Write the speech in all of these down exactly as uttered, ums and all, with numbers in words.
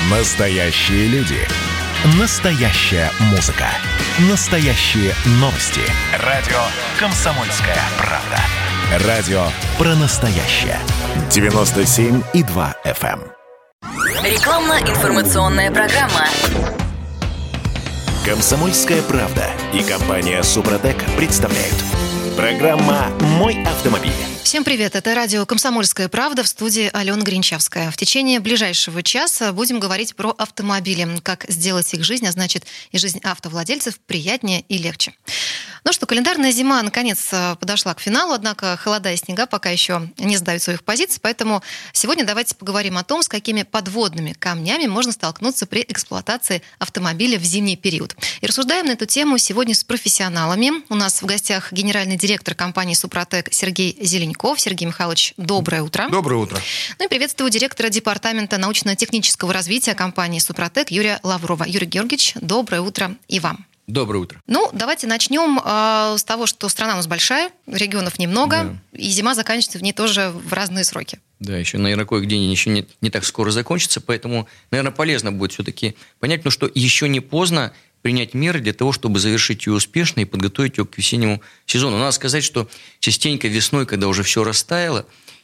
Настоящие люди. Настоящая музыка. Настоящие новости. Радио «Комсомольская правда». Радио про настоящее. девяносто семь и два эф эм. Рекламно-информационная программа. «Комсомольская правда» и компания «Супротек» представляют. Программа «Мой автомобиль». Всем привет, это радио «Комсомольская правда», в студии Алена Гринчавская. В течение ближайшего часа будем говорить про автомобили, как сделать их жизнь, а значит и жизнь автовладельцев приятнее и легче. Ну что, календарная зима наконец подошла к финалу, однако холода и снега пока еще не сдают своих позиций, поэтому сегодня давайте поговорим о том, с какими подводными камнями можно столкнуться при эксплуатации автомобиля в зимний период. И рассуждаем на эту тему сегодня с профессионалами. У нас в гостях генеральный директор компании «Супротек» Сергей Зеленьков. Сергей Михайлович, доброе утро. Доброе утро. Ну и приветствую директора департамента научно-технического развития компании «Супротек» Юрия Лаврова. Юрий Георгиевич, доброе утро и вам. Доброе утро. Ну, давайте начнем э, с того, что страна у нас большая, регионов немного, да. И зима заканчивается в ней тоже в разные сроки. Да, еще, наверное, кое-где еще не, не так скоро закончится, поэтому, наверное, полезно будет все-таки понять, ну, что еще не поздно принять меры для того, чтобы завершить ее успешно и подготовить ее к весеннему сезону. Надо сказать, что частенько весной, когда уже все растаяло,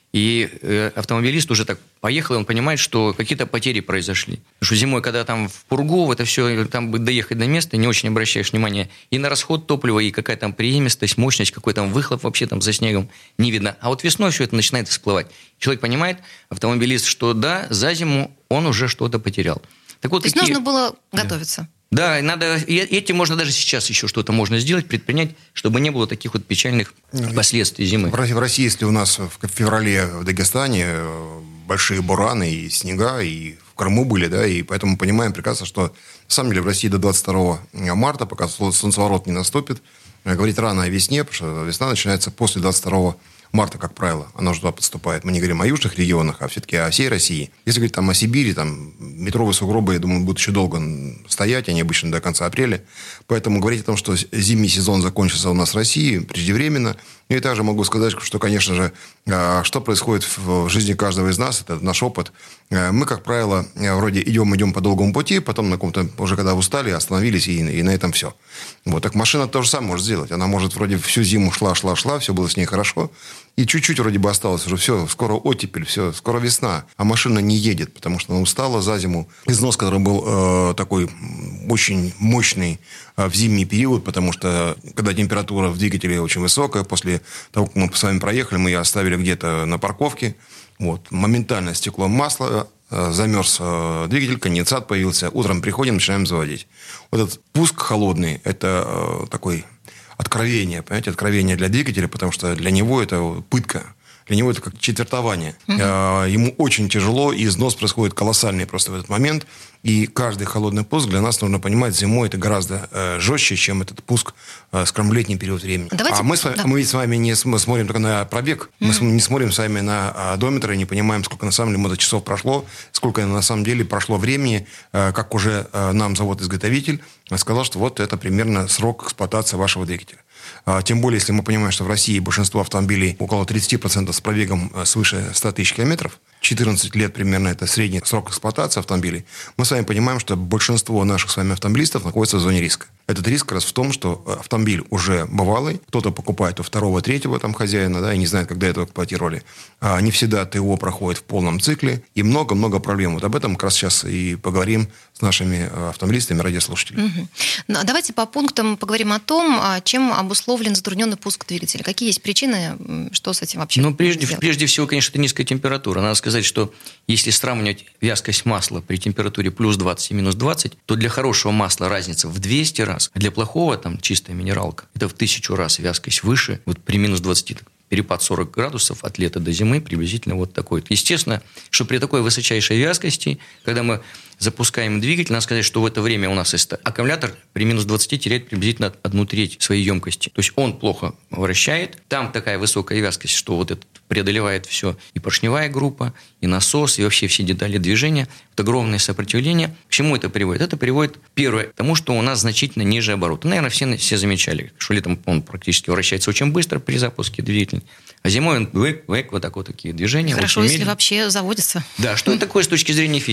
и э, автомобилист уже так поехал, и он понимает, что какие-то потери произошли. Потому что зимой, когда там в пургу, это все, там доехать до места, не очень обращаешь внимания и на расход топлива, и какая там преемистость, мощность, какой там выхлоп вообще там за снегом не видно. А вот весной все это начинает всплывать. Человек понимает, автомобилист, что да, за зиму он уже что-то потерял. Так вот, То есть такие... нужно было готовиться. Да. Да, надо, и этим можно даже сейчас еще что-то можно сделать, предпринять, чтобы не было таких вот печальных последствий зимы. В России, если у нас в феврале в Дагестане большие бураны и снега, и в Крыму были, да, и поэтому мы понимаем прекрасно, что на самом деле в России до двадцать второго марта, пока солнцеворот не наступит, говорить рано о весне, потому что весна начинается после двадцать второго марта, как правило, она уже туда подступает. Мы не говорим о южных регионах, а все-таки о всей России. Если говорить там о Сибири, там метровые сугробы, я думаю, будут еще долго стоять, они обычно до конца апреля. Поэтому говорить о том, что зимний сезон закончится у нас в России, преждевременно. И также могу сказать, что, конечно же, что происходит в жизни каждого из нас, это наш опыт. Мы, как правило, вроде идем-идем по долгому пути, потом на каком-то, уже когда устали, остановились, и, и на этом все. Вот. Так машина то же самое может сделать. Она может вроде всю зиму шла-шла-шла, все было с ней хорошо, и чуть-чуть вроде бы осталось уже все, скоро оттепель, все, скоро весна, а машина не едет, потому что она устала за зиму. Износ, который был э, такой очень мощный э, в зимний период, потому что когда температура в двигателе очень высокая, после того, как мы с вами проехали, мы ее оставили где-то на парковке, вот, моментально стекло масло, э, замерз э, двигатель, конденсат появился, утром приходим, начинаем заводить. Вот этот пуск холодный, это э, такой... Откровение, понимаете, откровение для двигателя, потому что для него это пытка, для него это как четвертование. Uh-huh. Ему очень тяжело, и износ происходит колоссальный просто в этот момент. И каждый холодный пуск для нас, нужно понимать, зимой это гораздо э, жестче, чем этот пуск э, скажем, летний период времени. Давайте... А мы, с вами, да. мы ведь с вами не мы смотрим только на пробег, mm-hmm. мы не смотрим с вами на одометр и не понимаем, сколько на самом деле моточасов прошло, сколько на самом деле прошло времени, э, как уже э, нам завод-изготовитель сказал, что вот это примерно срок эксплуатации вашего двигателя. А, тем более, если мы понимаем, что в России большинство автомобилей около тридцать процентов с пробегом свыше ста тысяч километров, четырнадцать лет примерно это средний срок эксплуатации автомобилей, мы с вами понимаем, что большинство наших с вами автомобилистов находится в зоне риска. Этот риск как раз в том, что автомобиль уже бывалый, кто-то покупает у второго, третьего там хозяина, да, и не знает, когда это эксплуатировали. А не всегда ТО проходит в полном цикле, и много-много проблем. Вот об этом как раз сейчас и поговорим с нашими автомобилистами, радиослушателями. Угу. Ну, давайте по пунктам поговорим о том, чем обусловлен затрудненный пуск двигателя. Какие есть причины, что с этим вообще Ну, прежде, делать? прежде всего, конечно, это низкая температура. Надо сказать, что если сравнивать вязкость масла при температуре плюс двадцать и минус двадцать, то для хорошего масла разница в двести раз, а для плохого, там, чистая минералка, это в тысячу раз вязкость выше. Вот при минус двадцати перепад сорок градусов от лета до зимы приблизительно вот такой. Естественно, что при такой высочайшей вязкости, когда мы запускаем двигатель, надо сказать, что в это время у нас аккумулятор при минус двадцати теряет приблизительно одну треть своей емкости. То есть он плохо вращает. Там такая высокая вязкость, что вот это преодолевает все и поршневая группа, и насос, и вообще все детали движения. Это огромное сопротивление. К чему это приводит? Это приводит, первое, к тому, что у нас значительно ниже обороты. Наверное, все, все замечали, что летом он практически вращается очень быстро при запуске двигателя, а зимой он вык, вык, вот так вот такие движения. Хорошо, очень если медленно. Вообще заводится. Да, что это такое с точки зрения физики?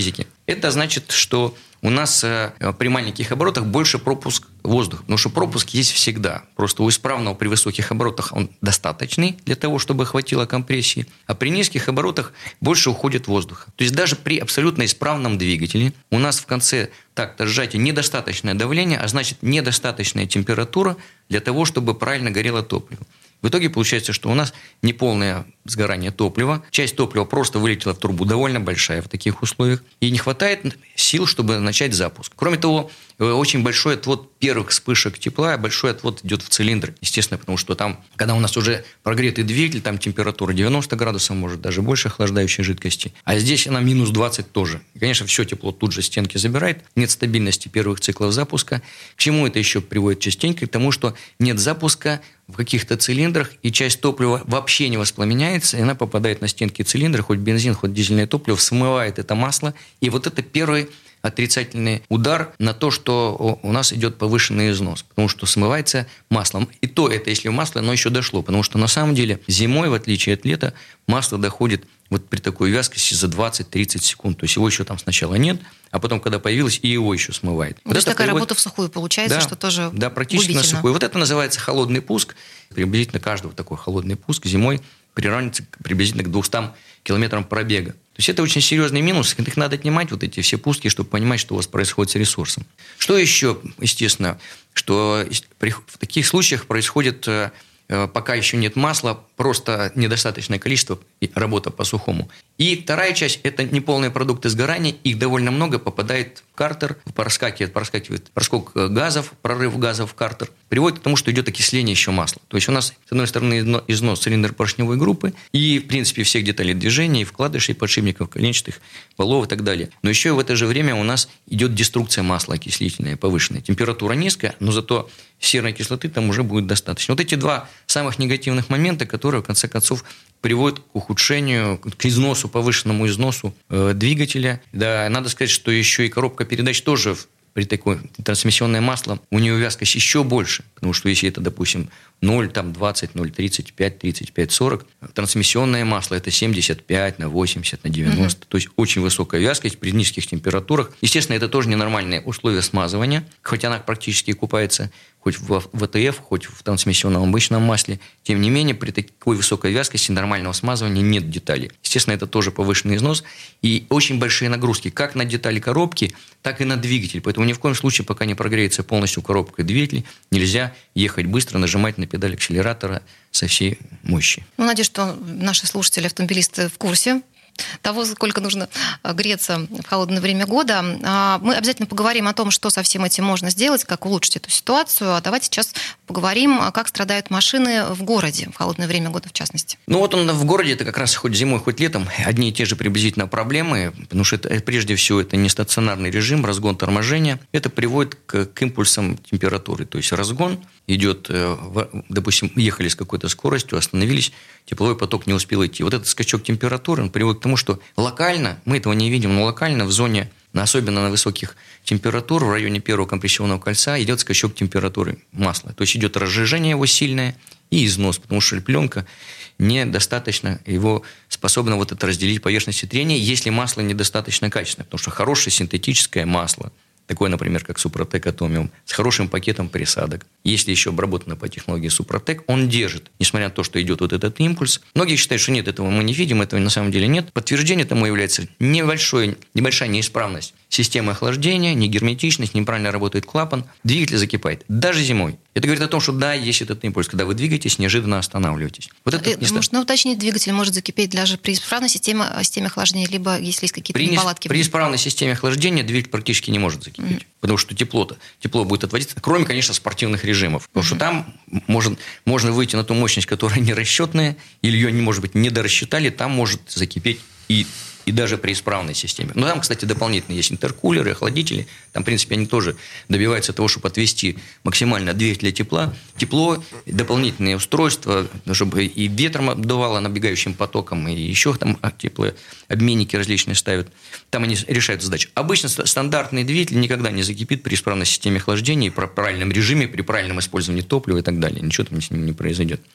Это значит, что у нас при маленьких оборотах больше пропуск воздуха, потому что пропуск есть всегда. Просто у исправного при высоких оборотах он достаточный для того, чтобы хватило компрессии, а при низких оборотах больше уходит воздуха. То есть даже при абсолютно исправном двигателе у нас в конце такта сжатия недостаточное давление, а значит недостаточная температура для того, чтобы правильно горело топливо. В итоге получается, что у нас неполное сгорание топлива. Часть топлива просто вылетела в трубу, довольно большая в таких условиях. И не хватает сил, чтобы начать запуск. Кроме того, очень большой отвод первых вспышек тепла, большой отвод идет в цилиндр. Естественно, потому что там, когда у нас уже прогретый двигатель, там температура девяносто градусов, может даже больше охлаждающей жидкости. А здесь она минус двадцать тоже. И, конечно, все тепло тут же стенки забирает. Нет стабильности первых циклов запуска. К чему это еще приводит частенько? К тому, что нет запуска в каких-то цилиндрах, и часть топлива вообще не воспламеняется, и она попадает на стенки цилиндра, хоть бензин, хоть дизельное топливо, смывает это масло. И вот это первый отрицательный удар на то, что у нас идет повышенный износ, потому что смывается маслом. И то это, если в масло, оно еще дошло, потому что на самом деле зимой, в отличие от лета, масло доходит вот при такой вязкости за двадцать-тридцать секунд. То есть его еще там сначала нет, а потом, когда появилось, и его еще смывает. Вот то есть такая приводит... работа в сухую получается, да, что тоже да, практически на сухую. Вот это называется холодный пуск. Приблизительно каждый такой холодный пуск зимой приравнивается приблизительно к двухстам километрам пробега. То есть это очень серьезный минус. Их надо отнимать, вот эти все пуски, чтобы понимать, что у вас происходит с ресурсом. Что еще, естественно, что в таких случаях происходит, пока еще нет масла, просто недостаточное количество и работа по сухому. И вторая часть – это неполные продукты сгорания. Их довольно много попадает в картер, проскакивает, проскакивает проскок газов, прорыв газов в картер. Приводит к тому, что идет окисление еще масла. То есть у нас, с одной стороны, износ цилиндр поршневой группы и, в принципе, всех деталей движения, и вкладышей, подшипников, коленчатых валов и так далее. Но еще и в это же время у нас идет деструкция масла окислительная, повышенная. Температура низкая, но зато серной кислоты там уже будет достаточно. Вот эти два самых негативных момента, которые, в конце концов, приводит к ухудшению, к износу, повышенному износу э, двигателя. Да, надо сказать, что еще и коробка передач тоже при такой трансмиссионное масло, у нее вязкость еще больше. Потому что если это, допустим, ноль, там, двадцать, ноль, тридцать пять, тридцать пять, сорок, трансмиссионное масло это семьдесят пять на восемьдесят, на девяносто. Mm-hmm. То есть очень высокая вязкость при низких температурах. Естественно, это тоже ненормальные условия смазывания, хоть она практически купается хоть в ВТФ, хоть в трансмиссионном обычном масле. Тем не менее, при такой высокой вязкости нормального смазывания нет деталей. Естественно, это тоже повышенный износ и очень большие нагрузки как на детали коробки, так и на двигатель. Поэтому ни в коем случае, пока не прогреется полностью коробка и двигатель, нельзя ехать быстро, нажимать на педаль акселератора со всей мощи. Ну, надеюсь, что наши слушатели, автомобилисты в курсе того, сколько нужно греться в холодное время года. Мы обязательно поговорим о том, что со всем этим можно сделать, как улучшить эту ситуацию. А давайте сейчас поговорим, как страдают машины в городе в холодное время года, в частности. Ну вот он в городе, это как раз хоть зимой, хоть летом, одни и те же приблизительно проблемы, потому что это, прежде всего это не стационарный режим, разгон торможения. Это приводит к, к импульсам температуры. То есть разгон идет, допустим, ехали с какой-то скоростью, остановились, тепловой поток не успел идти. Вот этот скачок температуры, он приводит к тому, что локально, мы этого не видим, но локально в зоне, особенно на высоких температурах, в районе первого компрессионного кольца, идет скачок температуры масла. То есть идет разжижение его сильное и износ, потому что пленка недостаточно его способна вот это разделить поверхности трения, если масло недостаточно качественное. Потому что хорошее синтетическое масло, такое, например, как Супротек Атомиум, с хорошим пакетом присадок. Если еще обработано по технологии Супротек, он держит, несмотря на то, что идет вот этот импульс. Многие считают, что нет, этого мы не видим, этого на самом деле нет. Подтверждение тому является небольшой, небольшая неисправность системы охлаждения, негерметичность, неправильно работает клапан, двигатель закипает, даже зимой. Это говорит о том, что да, есть этот импульс, когда вы двигаетесь, неожиданно останавливаетесь. Вот это не Можно уточнить, двигатель может закипеть даже при исправной системе, системе охлаждения, либо если есть какие-то при неполадки? При исправной системе охлаждения двигатель практически не может закипеть, mm-hmm. потому что тепло-то, тепло будет отводиться, кроме, конечно, спортивных режимов. Потому mm-hmm. что там может, можно выйти на ту мощность, которая не расчетная, или ее, может быть, не дорассчитали, там может закипеть и и даже при исправной системе. Но там, кстати, дополнительно есть интеркулеры, охладители. Там, в принципе, они тоже добиваются того, чтобы отвести максимально двигателя тепла. Тепло, дополнительные устройства, чтобы и ветром обдувало набегающим потоком, и еще там теплые обменники различные ставят. Там они решают задачу. Обычно стандартный двигатель никогда не закипит при исправной системе охлаждения, при правильном режиме, при правильном использовании топлива и так далее. Ничего там с ним не произойдет.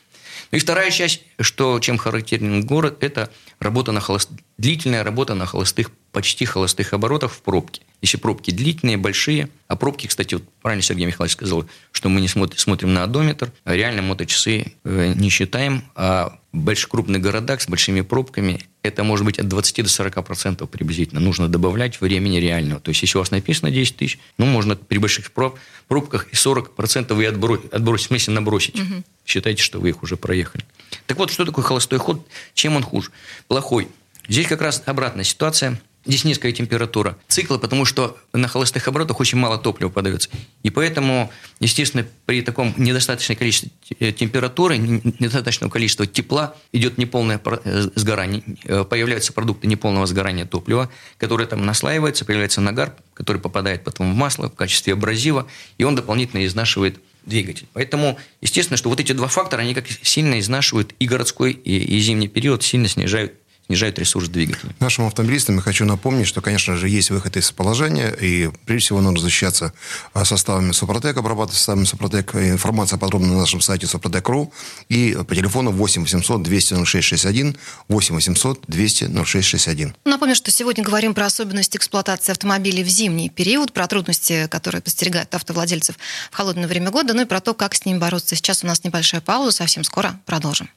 Ну и вторая часть, что, чем характерен город, это работа на холост... длительная работа на холостых, почти холостых оборотах в пробке. Если пробки длительные, большие, а пробки, кстати, вот правильно Сергей Михайлович сказал, что мы не смотрим, смотрим на одометр, а реально моточасы э, не считаем, а в больших крупных городах с большими пробками это может быть от двадцати до сорока процентов приблизительно. Нужно добавлять времени реального. То есть, если у вас написано десять тысяч, ну, можно при больших проб, пробках и сорок процентов вы отбросить, отбросить, в смысле набросить. Угу. Считайте, что вы их уже проехали. Так вот, что такое холостой ход? Чем он хуже? Плохой. Здесь как раз обратная ситуация. Здесь низкая температура цикла, потому что на холостых оборотах очень мало топлива подается. И поэтому, естественно, при таком недостаточном количестве температуры, недостаточного количества тепла идет неполное сгорание. Появляются продукты неполного сгорания топлива, которые там наслаиваются, появляется нагар, который попадает потом в масло в качестве абразива, и он дополнительно изнашивает двигатель. Поэтому, естественно, что вот эти два фактора, они как сильно изнашивают и городской, и, и зимний период, сильно снижают снижают ресурс двигателя. Нашим автомобилистам я хочу напомнить, что, конечно же, есть выход из положения, и прежде всего нужно защищаться составами Супротек, обрабатывать составами Супротек. Информация подробно на нашем сайте супротек точка ру и по телефону восемь восемьсот двести ноль шесть шестьдесят один, восемь восемьсот двести ноль шесть шестьдесят один. Напомню, что сегодня говорим про особенности эксплуатации автомобилей в зимний период, про трудности, которые подстерегают автовладельцев в холодное время года, ну и про то, как с ними бороться. Сейчас у нас небольшая пауза, совсем скоро продолжим.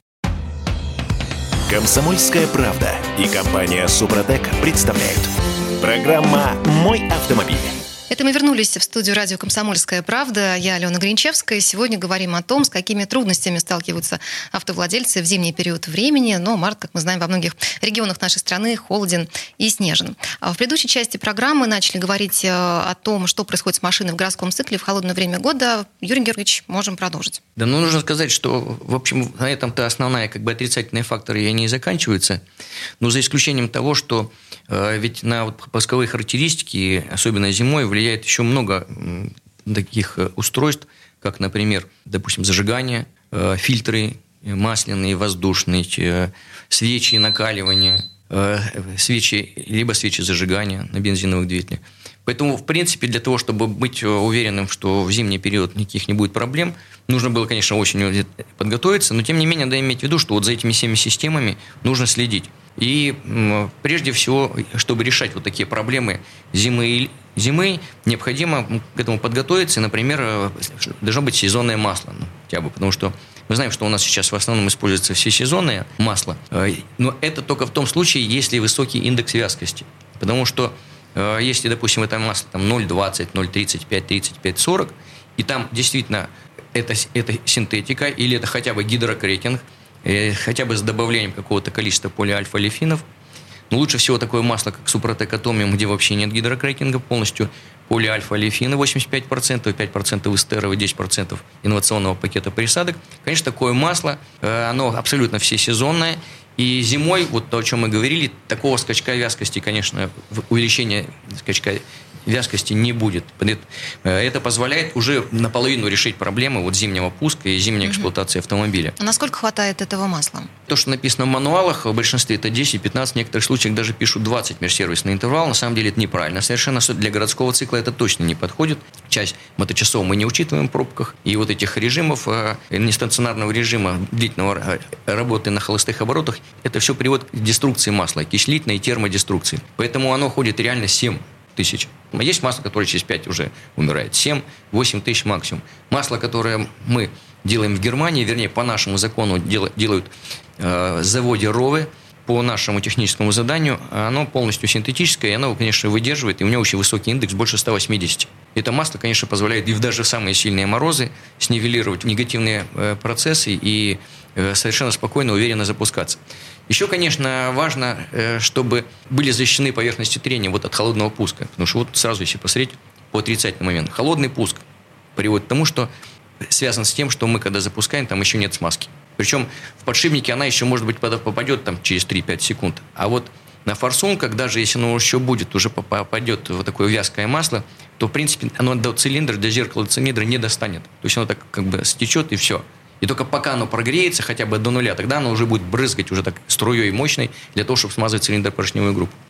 «Комсомольская правда» и компания «Супротек» представляют. Программа «Мой автомобиль». Это мы вернулись в студию радио «Комсомольская правда». Я Алена Гринчевская. Сегодня говорим о том, с какими трудностями сталкиваются автовладельцы в зимний период времени. Но март, как мы знаем, во многих регионах нашей страны холоден и снежен. В предыдущей части программы начали говорить о том, что происходит с машиной в городском цикле в холодное время года. Юрий Георгиевич, можем продолжить. Да, ну нужно сказать, что, в общем, на этом-то основная, как бы, отрицательные факторы и они и заканчиваются. Но за исключением того, что э, ведь на вот, пусковые характеристики, особенно зимой, влияет влияет еще много таких устройств, как, например, допустим, зажигание, фильтры масляные, воздушные, свечи накаливания, свечи, либо свечи зажигания на бензиновых двигателях. Поэтому, в принципе, для того, чтобы быть уверенным, что в зимний период никаких не будет проблем, нужно было, конечно, осенью подготовиться, но, тем не менее, надо иметь в виду, что вот за этими всеми системами нужно следить. И прежде всего, чтобы решать вот такие проблемы зимы, зимы необходимо к этому подготовиться. Например, должно быть сезонное масло, ну, хотя бы, потому что мы знаем, что у нас сейчас в основном используется всесезонное масло, но это только в том случае, если высокий индекс вязкости. Потому что если, допустим, это масло там ноль двадцать, ноль тридцать пять, тридцать пять, сорок, и там действительно это, это синтетика или это хотя бы гидрокрекинг, хотя бы с добавлением какого-то количества полиальфа-олефинов. Но лучше всего такое масло, как Супротек Атомиум, где вообще нет гидрокрекинга, полностью полиальфа-олефины восемьдесят пять процентов, пять процентов эстеров и десять процентов инновационного пакета присадок. Конечно, такое масло, оно абсолютно всесезонное. И зимой, вот то, о чем мы говорили, такого скачка вязкости, конечно, увеличения скачка вязкости не будет. Это позволяет уже наполовину решить проблемы вот зимнего пуска и зимней угу. эксплуатации автомобиля. А насколько хватает этого масла? То, что написано в мануалах, в большинстве это десять-пятнадцать, в некоторых случаях даже пишут двадцать межсервисный интервал. На самом деле это неправильно. Совершенно для городского цикла это точно не подходит. Часть моточасов мы не учитываем в пробках. И вот этих режимов, нестационарного режима, длительного работы на холостых оборотах, это все приводит к деструкции масла, окислительной и термодеструкции. Поэтому оно ходит реально семь тысяч. Есть масло, которое через пять уже умирает. семь-восемь тысяч максимум. Масло, которое мы делаем в Германии, вернее, по нашему закону делают э, в заводе РОВы, по нашему техническому заданию, оно полностью синтетическое, и оно, конечно, выдерживает, и у него очень высокий индекс, больше ста восьмидесяти. Это масло, конечно, позволяет и в даже самые сильные морозы снивелировать негативные э, процессы и э, совершенно спокойно, уверенно запускаться. Еще, конечно, важно, э, чтобы были защищены поверхности трения вот от холодного пуска, потому что вот сразу, если посмотреть по отрицательному моменту, холодный пуск приводит к тому, что связан с тем, что мы, когда запускаем, там еще нет смазки. Причем в подшипнике она еще, может быть, попадет там, через три-пять секунд. А вот на форсунках, даже если оно еще будет, уже попадет вот такое вязкое масло, то, в принципе, оно до цилиндра, до зеркала цилиндра не достанет. То есть оно так как бы стечет, и все. И только пока оно прогреется хотя бы до нуля, тогда оно уже будет брызгать уже так струей мощной для того, чтобы смазать цилиндр поршневую группу.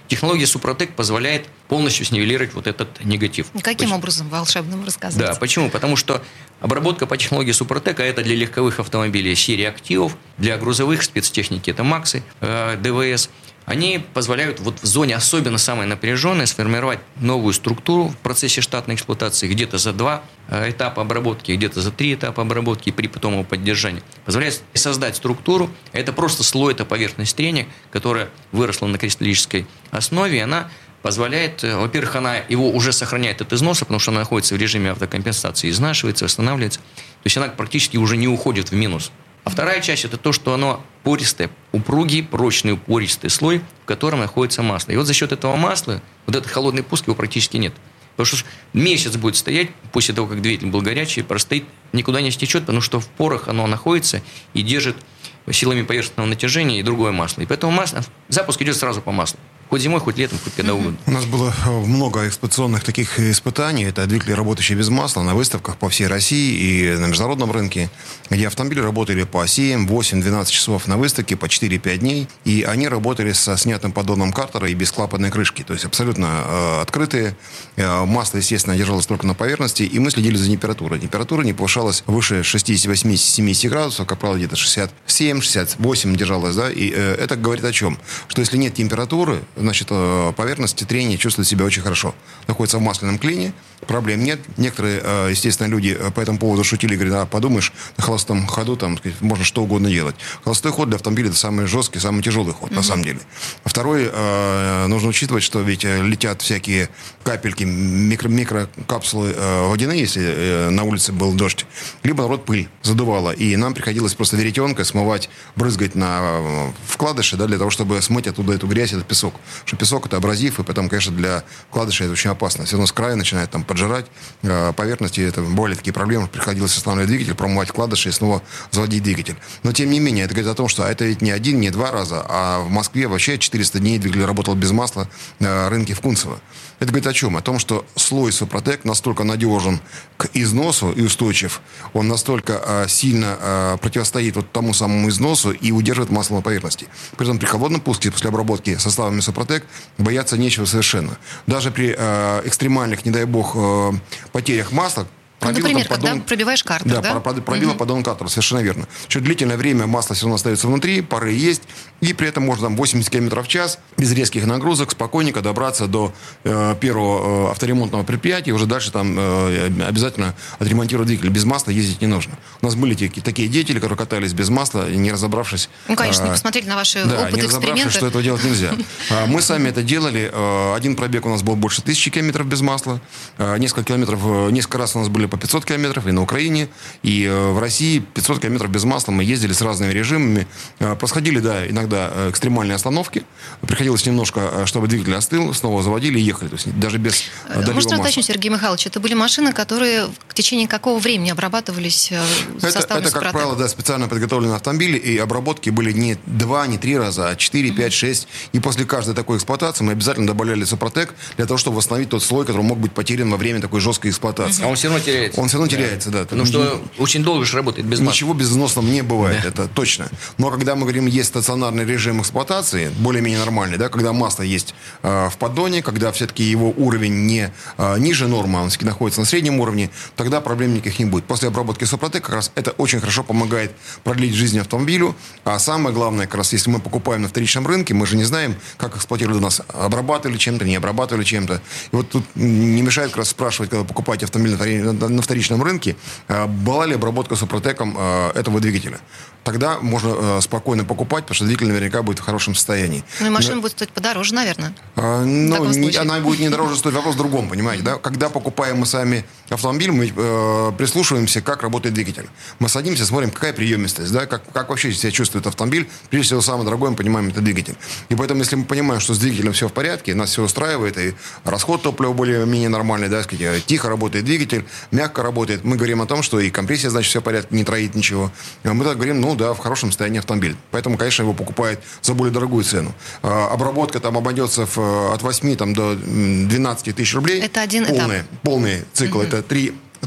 Технология Супротек позволяет полностью снивелировать вот этот негатив. Каким Почему? образом волшебным рассказываете? Да, почему? Потому что обработка по технологии Супротек, а это для легковых автомобилей серии Активов, для грузовых спецтехники это Максы, э, ДВС, они позволяют вот в зоне, особенно самой напряженной, сформировать новую структуру в процессе штатной эксплуатации где-то за два э, этапа обработки, где-то за три этапа обработки при потом поддержании. Позволяет создать структуру. Это просто слой, это поверхность трения, которая выросла на кристаллической основе, и она позволяет, во-первых, она его уже сохраняет от износа, потому что она находится в режиме автокомпенсации, изнашивается, восстанавливается. То есть она практически уже не уходит в минус. А вторая часть – это то, что оно пористое, упругий, прочный, упористый слой, в котором находится масло. И вот за счет этого масла, вот этот холодный пуск его практически нет. Потому что месяц будет стоять, после того, как двигатель был горячий, простоит, никуда не стечет, потому что в порах оно находится и держит силами поверхностного натяжения и другое масло. И поэтому масло, запуск идет сразу по маслу. Хоть зимой, хоть летом, хоть когда угодно. У нас было много эксплуатационных таких испытаний. Это двигатели, работающие без масла, на выставках по всей России и на международном рынке, где автомобили работали по семь, восемь, двенадцать часов на выставке, по четыре-пять дней. И они работали со снятым поддоном картера и без клапанной крышки. То есть абсолютно э, открытые. Э, масло, естественно, держалось только на поверхности. И мы следили за температурой. Температура не повышалась выше шестьдесят-восемьдесят градусов. Как правило, где-то шестьдесят семь - шестьдесят восемь держалась. Да? И э, это говорит о чем? Что если нет температуры, значит, поверхность трения чувствует себя очень хорошо. Находится в масляном клине, проблем нет. Некоторые, естественно, люди по этому поводу шутили, говорят, а подумаешь, на холостом ходу там, сказать, можно что угодно делать. Холостой ход для автомобиля – это самый жесткий, самый тяжелый ход, mm-hmm. на самом деле. А второй, нужно учитывать, что ведь летят всякие капельки, микро, микрокапсулы водяные, если на улице был дождь, либо, наоборот, пыль задувала. И нам приходилось просто веретенкой смывать, брызгать на вкладыши, да, для того, чтобы смыть оттуда эту грязь, этот песок. Что песок – это абразив, и потом, конечно, для вкладышей это очень опасно. Все равно с края начинает там поджирать э, поверхности. Это бывали такие проблемы, приходилось останавливать двигатель, промывать вкладыши и снова заводить двигатель. Но, тем не менее, это говорит о том, что это ведь не один, не два раза, а в Москве вообще четыреста дней двигатель работал без масла на рынке в Кунцево. Это говорит о чем? О том, что слой Супротек настолько надежен к износу и устойчив, он настолько э, сильно э, противостоит вот тому самому износу и удерживает масло на поверхности. При этом при холодном пуске после обработки составами Супротек бояться нечего совершенно. Даже при э, экстремальных, не дай бог, э, потерях масла, Ну, например, поддон... когда пробиваешь картер, да? Да, пробила угу. поддон картера, совершенно верно. Что длительное время масло все равно остается внутри, пары есть, и при этом можно там восемьдесят километров в час, без резких нагрузок, спокойненько добраться до э, первого э, авторемонтного предприятия, и уже дальше там э, обязательно отремонтировать двигатель. Без масла ездить не нужно. У нас были те, такие деятели, которые катались без масла, не разобравшись... Ну, конечно, э, не посмотрели на ваши да, опыты, не разобравшись, эксперименты. что этого делать нельзя. Мы сами это делали. Один пробег у нас был больше тысячи километров без масла. Несколько километров, несколько раз у нас были по пятьсот километров, и на Украине, и в России пятьсот километров без масла. Мы ездили с разными режимами. Происходили, да, иногда экстремальные остановки. Приходилось немножко, чтобы двигатель остыл, снова заводили и ехали. То есть даже без долива Можно масла. уточнить, Сергей Михайлович, это были машины, которые в течение какого времени обрабатывались составами Это, это как правило, да, специально подготовленные автомобили, и обработки были не два, не три раза, а четыре, пять, шесть. И после каждой такой эксплуатации мы обязательно добавляли Супротек для того, чтобы восстановить тот слой, который мог быть потерян во время такой жесткой эксплуатации. А он все равно теряется. Он все равно теряется, да. Потому что очень долго же работает без масла. Ничего безызносного не бывает, Да. это точно. Но когда мы говорим, есть стационарный режим эксплуатации, более-менее нормальный, да, когда масло есть э, в поддоне, когда все-таки его уровень не э, ниже нормы, а он все-таки находится на среднем уровне, тогда проблем никаких не будет. После обработки Супротек как раз это очень хорошо помогает продлить жизнь автомобилю. А самое главное, как раз если мы покупаем на вторичном рынке, мы же не знаем, как эксплуатировали нас, обрабатывали чем-то, не обрабатывали чем-то. И вот тут не мешает как раз спрашивать, когда покупаете автомобиль на вторичном рынке, была ли обработка Супротеком этого двигателя. Тогда можно спокойно покупать, потому что двигатель наверняка будет в хорошем состоянии. Ну и машина Но... будет стоить подороже, наверное. А, ну, не, она будет не дороже стоить. Вопрос в другом, понимаете, да? Когда покупаем мы сами автомобиль, мы э, прислушиваемся, как работает двигатель. Мы садимся, смотрим, какая приемистость, да, как, как вообще себя чувствует автомобиль. Прежде всего, самое дорогое, мы понимаем, это двигатель. И поэтому, если мы понимаем, что с двигателем все в порядке, нас все устраивает, и расход топлива более-менее нормальный, да, сказать, тихо работает двигатель, мягко работает, мы говорим о том, что и компрессия, значит, все в порядке, не троит ничего. Мы так говорим, ну да, в хорошем состоянии автомобиль. Поэтому, конечно, его покупают за более дорогую цену. А, обработка там обойдется в, от восьми там, до двенадцати тысяч рублей. Это один полный, этап. Полный цикл. Mm-hmm. Это три,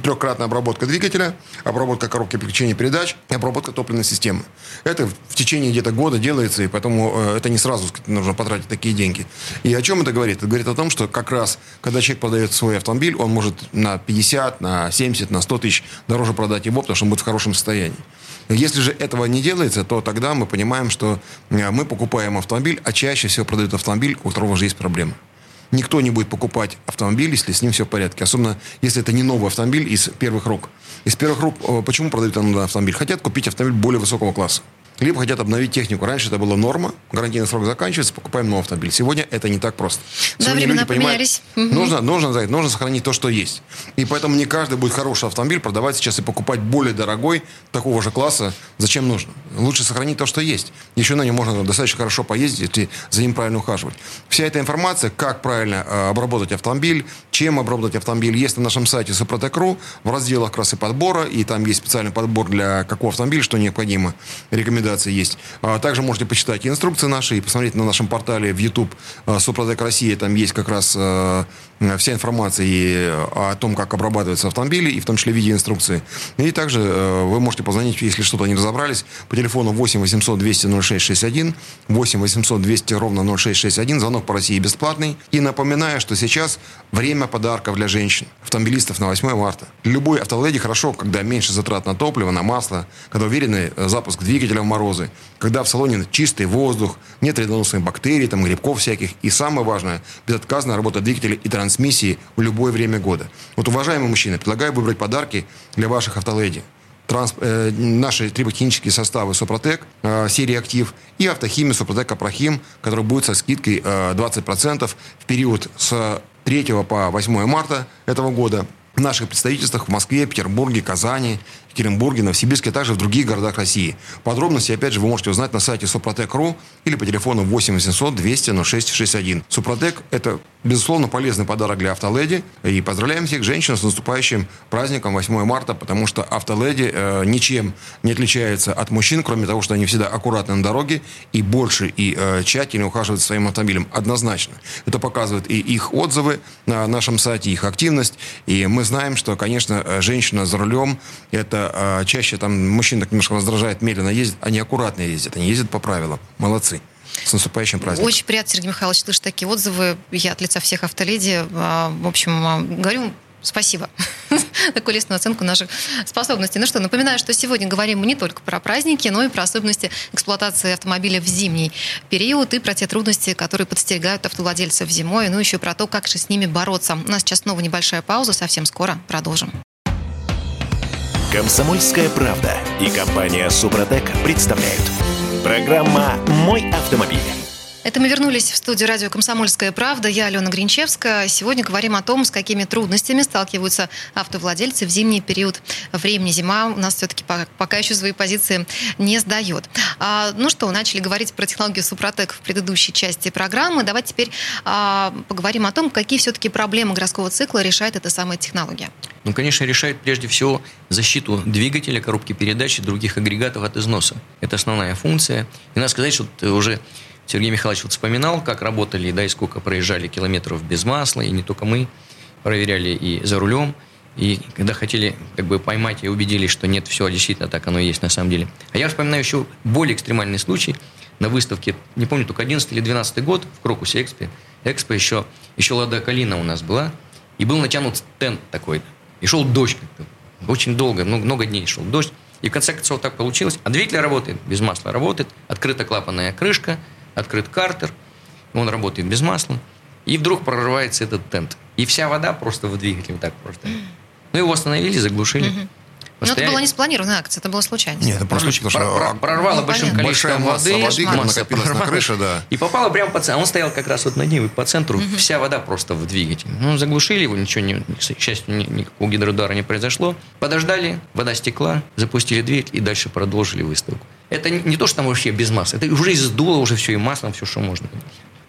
трехкратная обработка двигателя, обработка коробки переключения передач и обработка топливной системы. Это в течение где-то года делается, и поэтому это не сразу нужно потратить такие деньги. И о чем это говорит? Это говорит о том, что как раз, когда человек продает свой автомобиль, он может на пятьдесят, на семьдесят, на сто тысяч дороже продать его, потому что он будет в хорошем состоянии. Если же этого не делается, то тогда мы понимаем, что мы покупаем автомобиль, а чаще всего продают автомобиль, у которого уже есть проблемы. Никто не будет покупать автомобиль, если с ним все в порядке. Особенно, если это не новый автомобиль из первых рук. Из первых рук почему продают автомобиль? Хотят купить автомобиль более высокого класса. Либо хотят обновить технику. Раньше это была норма, гарантийный срок заканчивается, покупаем новый автомобиль. Сегодня это не так просто. Да, Сегодня времена люди понимают, поменялись. нужно, нужно, знаете, нужно сохранить то, что есть. И поэтому не каждый будет хороший автомобиль продавать сейчас и покупать более дорогой, такого же класса. Зачем нужно? Лучше сохранить то, что есть. Еще на нем можно достаточно хорошо поездить, если за ним правильно ухаживать. Вся эта информация, как правильно э, обработать автомобиль, чем обработать автомобиль, есть на нашем сайте Супротек точка ру в разделах как раз и подбора, и там есть специальный подбор для какого автомобиля, что необходимо, рекомендации есть. Также можете почитать инструкции наши и посмотреть на нашем портале в YouTube Супротек Россия. Там есть как раз э, вся информация и о том, как обрабатываются автомобили, и в том числе в виде инструкции. И также э, вы можете позвонить, если что-то не разобрались, по телефону восемь восемьсот двести ноль шесть шестьдесят один, восемь восемьсот двести ровно ноль шесть шестьдесят один. Звонок по России бесплатный. И напоминаю, что сейчас время подарков для женщин, автомобилистов на восьмое марта. Любой автоледи хорошо, когда меньше затрат на топливо, на масло, когда уверенный запуск двигателя в морозы, когда в салоне чистый воздух, нет вредоносных бактерий, там, грибков всяких. И самое важное, безотказная работа двигателя и трансмиссии в любое время года. Вот, уважаемые мужчины, предлагаю выбрать подарки для ваших автоледи. Транс, э, наши триботехнические составы Супротек, э, серии Актив, и автохимия Супротек Апрохим, который будет со скидкой э, двадцать процентов в период с третьего по восьмое марта этого года в наших представительствах в Москве, Петербурге, Казани, Екатеринбурге, Новосибирске, а также в других городах России. Подробности, опять же, вы можете узнать на сайте Супротек точка ру или по телефону восемь восемьсот двести ноль шесть шестьдесят один. Супротек – это, безусловно, полезный подарок для автоледи. И поздравляем всех женщин с наступающим праздником восьмое марта, потому что автоледи э, ничем не отличается от мужчин, кроме того, что они всегда аккуратны на дороге и больше и э, тщательно ухаживают за своим автомобилем. Однозначно. Это показывают и их отзывы на нашем сайте, их активность. И мы знаем, что, конечно, женщина за рулем – это чаще там мужчин так немножко раздражает, медленно ездят, они аккуратно ездят, они ездят по правилам. Молодцы. С наступающим праздником. Очень приятно, Сергей Михайлович, слышать такие отзывы. Я от лица всех автоледи, в общем, говорю спасибо за такую лестную оценку наших способностей. Ну что, напоминаю, что сегодня говорим мы не только про праздники, но и про особенности эксплуатации автомобиля в зимний период и про те трудности, которые подстерегают автовладельцев зимой, ну еще про то, как же с ними бороться. У нас сейчас снова небольшая пауза, совсем скоро продолжим. «Комсомольская правда» и компания «Супротек» представляют. Программа «Мой автомобиль». Это мы вернулись в студию радио «Комсомольская правда». Я Алена Гринчевская. Сегодня говорим о том, с какими трудностями сталкиваются автовладельцы в зимний период времени. Зима у нас все-таки пока еще свои позиции не сдает. А, ну что, начали говорить про технологию Супротек в предыдущей части программы. Давайте теперь а, поговорим о том, какие все-таки проблемы городского цикла решает эта самая технология. Ну, конечно, решает прежде всего защиту двигателя, коробки передач и других агрегатов от износа. Это основная функция. И надо сказать, что уже Сергей Михайлович вот вспоминал, как работали, да, и сколько проезжали километров без масла, и не только мы проверяли и за рулем, и когда хотели как бы поймать и убедились, что нет, все действительно так оно и есть на самом деле. А я вспоминаю еще более экстремальный случай на выставке, не помню, только одиннадцатый или двенадцатый год в Крокусе Экспо, Экспо еще, еще Лада Калина у нас была, и был натянут тент такой, и шел дождь как-то, очень долго, много, много дней шел дождь, и в конце концов так получилось, а двигатель работает, без масла работает, открыта клапанная крышка, открыт картер, он работает без масла, и вдруг прорывается этот тент. И вся вода просто в двигателе вот так просто. Ну, его остановили, заглушили. Угу. Но это была не спланированная акция, это была случайность. Нет, это просто Про- про- прорвало ну, большим количеством воды, воды масса накопилась на крыше, да. И попало прямо по центру. Он стоял как раз вот над ним, и по центру угу. вся вода просто в двигателе. Ну, заглушили его, ничего, не, к счастью, никакого гидроудара не произошло. Подождали, вода стекла, запустили двигатель и дальше продолжили выставку. Это не, не то, что там вообще без масла, это уже издуло уже все, и маслом, все, что можно.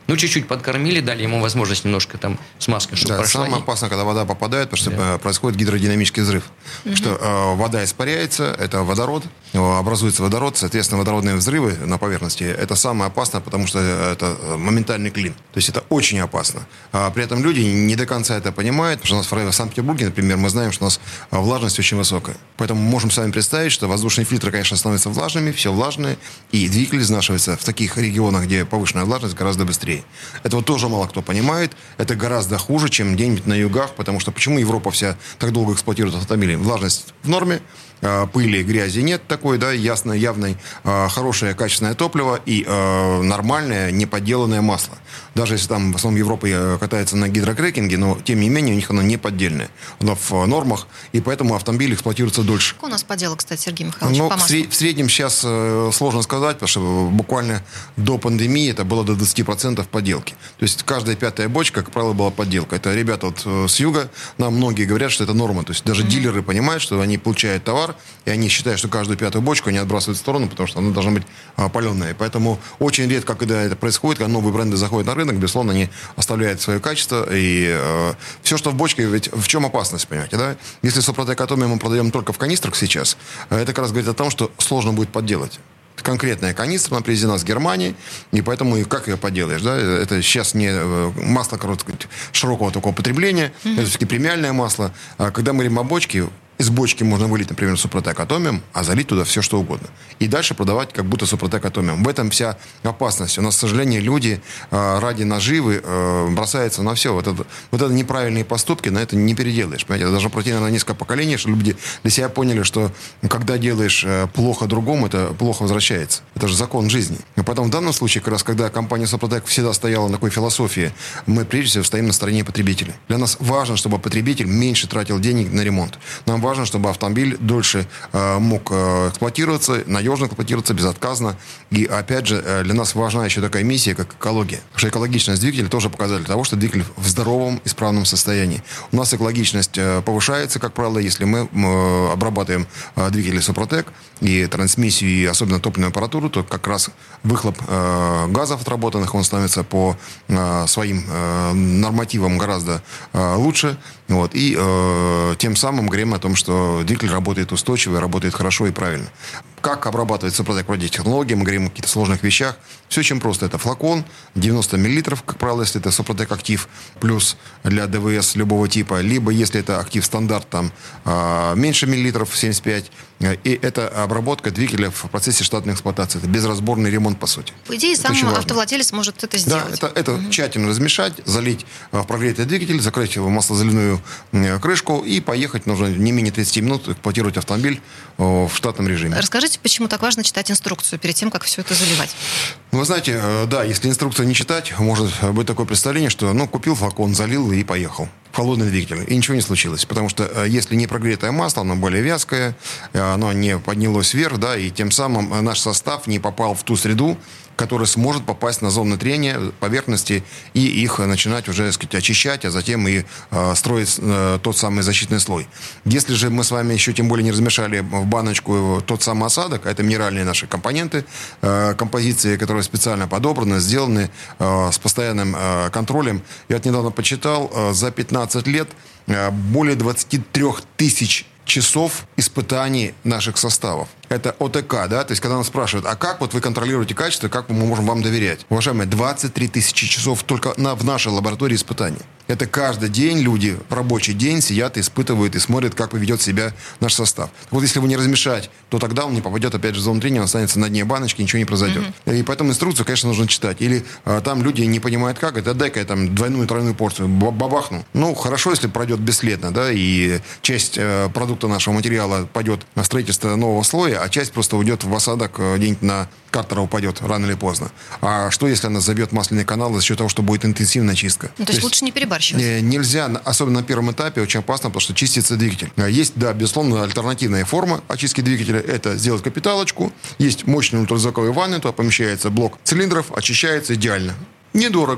Ну, чуть-чуть подкормили, дали ему возможность немножко там смазка, чтобы да, прошла. Самое и... опасное, когда вода попадает, потому что да. происходит гидродинамический взрыв. Угу. Что э, вода испаряется, это водород, образуется водород, соответственно, водородные взрывы на поверхности, это самое опасное, потому что это моментальный клин. То есть это очень опасно. А при этом люди не до конца это понимают, потому что у нас в Санкт-Петербурге, например, мы знаем, что у нас влажность очень высокая. Поэтому мы можем сами представить, что воздушные фильтры, конечно, становятся влажными, все влажные, и двигатель изнашивается в таких регионах, где повышенная влажность, гораздо быстрее. Это вот тоже мало кто понимает. Это гораздо хуже, чем где-нибудь на югах, потому что почему Европа вся так долго эксплуатирует автомобили? Влажность в норме, пыли, грязи нет такой, да, ясной, явной, хорошее качественное топливо и нормальное, неподделанное масло. Даже если там в основном Европа катается на гидрокрекинге, но тем не менее у них оно не поддельное. Оно в нормах, и поэтому автомобиль эксплуатируется дольше. Как у нас поделок, кстати, Сергей Михайлович, ну, по маслу? В среднем сейчас сложно сказать, потому что буквально до пандемии это было до двадцати процентов подделки. То есть каждая пятая бочка, как правило, была подделка. Это ребята вот с юга, нам многие говорят, что это норма. То есть даже mm-hmm. дилеры понимают, что они получают товар, и они считают, что каждую пятую бочку они отбрасывают в сторону, потому что она должна быть а, паленая. И поэтому очень редко, когда это происходит, когда новые бренды заходят на рынок, безусловно, они оставляют свое качество. И э, все, что в бочке, ведь в чем опасность, понимаете, да? Если Супротек Атомиум мы продаем только в канистрах сейчас, это как раз говорит о том, что сложно будет подделать. Конкретная канистра, она привезена с Германии, и поэтому как ее поделаешь, да? Это сейчас не масло короткого, широкого такого потребления, mm-hmm. это все-таки премиальное масло. А когда мы говорим о бочке, из бочки можно вылить, например, Супротек Атомиум, а залить туда все, что угодно. И дальше продавать, как будто Супротек Атомиум. В этом вся опасность. У нас, к сожалению, люди э, ради наживы э, бросаются на все. Вот это, вот это неправильные поступки, на это не переделаешь. Понимаете? Это должно пройти, наверное, несколько поколений, чтобы люди для себя поняли, что когда делаешь э, плохо другому, это плохо возвращается. Это же закон жизни. И потом в данном случае, как раз, когда компания Супротек всегда стояла на такой философии, мы прежде всего стоим на стороне потребителя. Для нас важно, чтобы потребитель меньше тратил денег на ремонт. Нам важно, чтобы автомобиль дольше э, мог э, эксплуатироваться, надежно эксплуатироваться, безотказно. И, опять же, э, для нас важна еще такая миссия, как экология. Потому что экологичность двигателя тоже показатель того, что двигатель в здоровом, исправном состоянии. У нас экологичность э, повышается, как правило, если мы э, обрабатываем э, двигатели Супротек и трансмиссию, и особенно топливную аппаратуру, то как раз выхлоп э, газов отработанных, он становится по э, своим э, нормативам гораздо э, лучше. Вот, и э, тем самым говорим о том, что двигатель работает устойчиво, работает хорошо и правильно. Как обрабатывать Супротек вроде технологии, мы говорим о каких-то сложных вещах. Все очень просто. Это флакон, девяносто миллилитров, как правило, если это Супротек Актив плюс для ДВС любого типа. Либо, если это Актив стандарт, там меньше миллилитров, семьдесят пять. И это обработка двигателя в процессе штатной эксплуатации. Это безразборный ремонт, по сути. По идее, это сам автовладелец может это сделать. Да, это, это угу. тщательно размешать, залить в прогретый двигатель, закрыть его маслозаливную крышку и поехать. Нужно не менее тридцать минут эксплуатировать автомобиль в штатном режиме. Расскажите, почему так важно читать инструкцию перед тем, как все это заливать? Ну, вы знаете, да, если инструкцию не читать, может быть такое представление, что, ну, купил флакон, залил и поехал. Холодный двигатель. И ничего не случилось. Потому что если не прогретое масло, оно более вязкое, оно не поднялось вверх, да, и тем самым наш состав не попал в ту среду, которая сможет попасть на зоны трения поверхности и их начинать уже, так сказать, очищать, а затем и э, строить э, тот самый защитный слой. Если же мы с вами еще тем более не размешали в баночку тот самый осадок, а это минеральные наши компоненты, э, композиции, которые специально подобраны, сделаны э, с постоянным э, контролем. Я вот недавно почитал, э, за пятнадцать лет э, более двадцать три тысяч часов испытаний наших составов. Это ОТК, да, то есть когда нас спрашивают, а как вот вы контролируете качество, как мы можем вам доверять? Уважаемые, двадцать три тысячи часов только на, в нашей лаборатории испытаний. Это каждый день люди в рабочий день сидят, испытывают и смотрят, как поведет себя наш состав. Так вот, если его не размешать, то тогда он не попадет опять же в зону трения, он останется на дне баночки, ничего не произойдет. Mm-hmm. И поэтому инструкцию, конечно, нужно читать. Или а, там люди не понимают, как это, дай-ка я там двойную, тройную порцию бабахну. Ну, хорошо, если пройдет бесследно, да, и часть э, продукта нашего материала пойдет на строительство нового слоя, а часть просто уйдет в осадок, где-нибудь на картера упадет рано или поздно. А что, если она забьет масляный канал за счет того, что будет интенсивная чистка? Ну, то, то есть лучше не перебарщивать? Нельзя, особенно на первом этапе, очень опасно, потому что чистится двигатель. Есть, да, безусловно, альтернативная форма очистки двигателя. Это сделать капиталочку. Есть мощные ультразвуковые ванны, туда помещается блок цилиндров, очищается идеально. Недорого.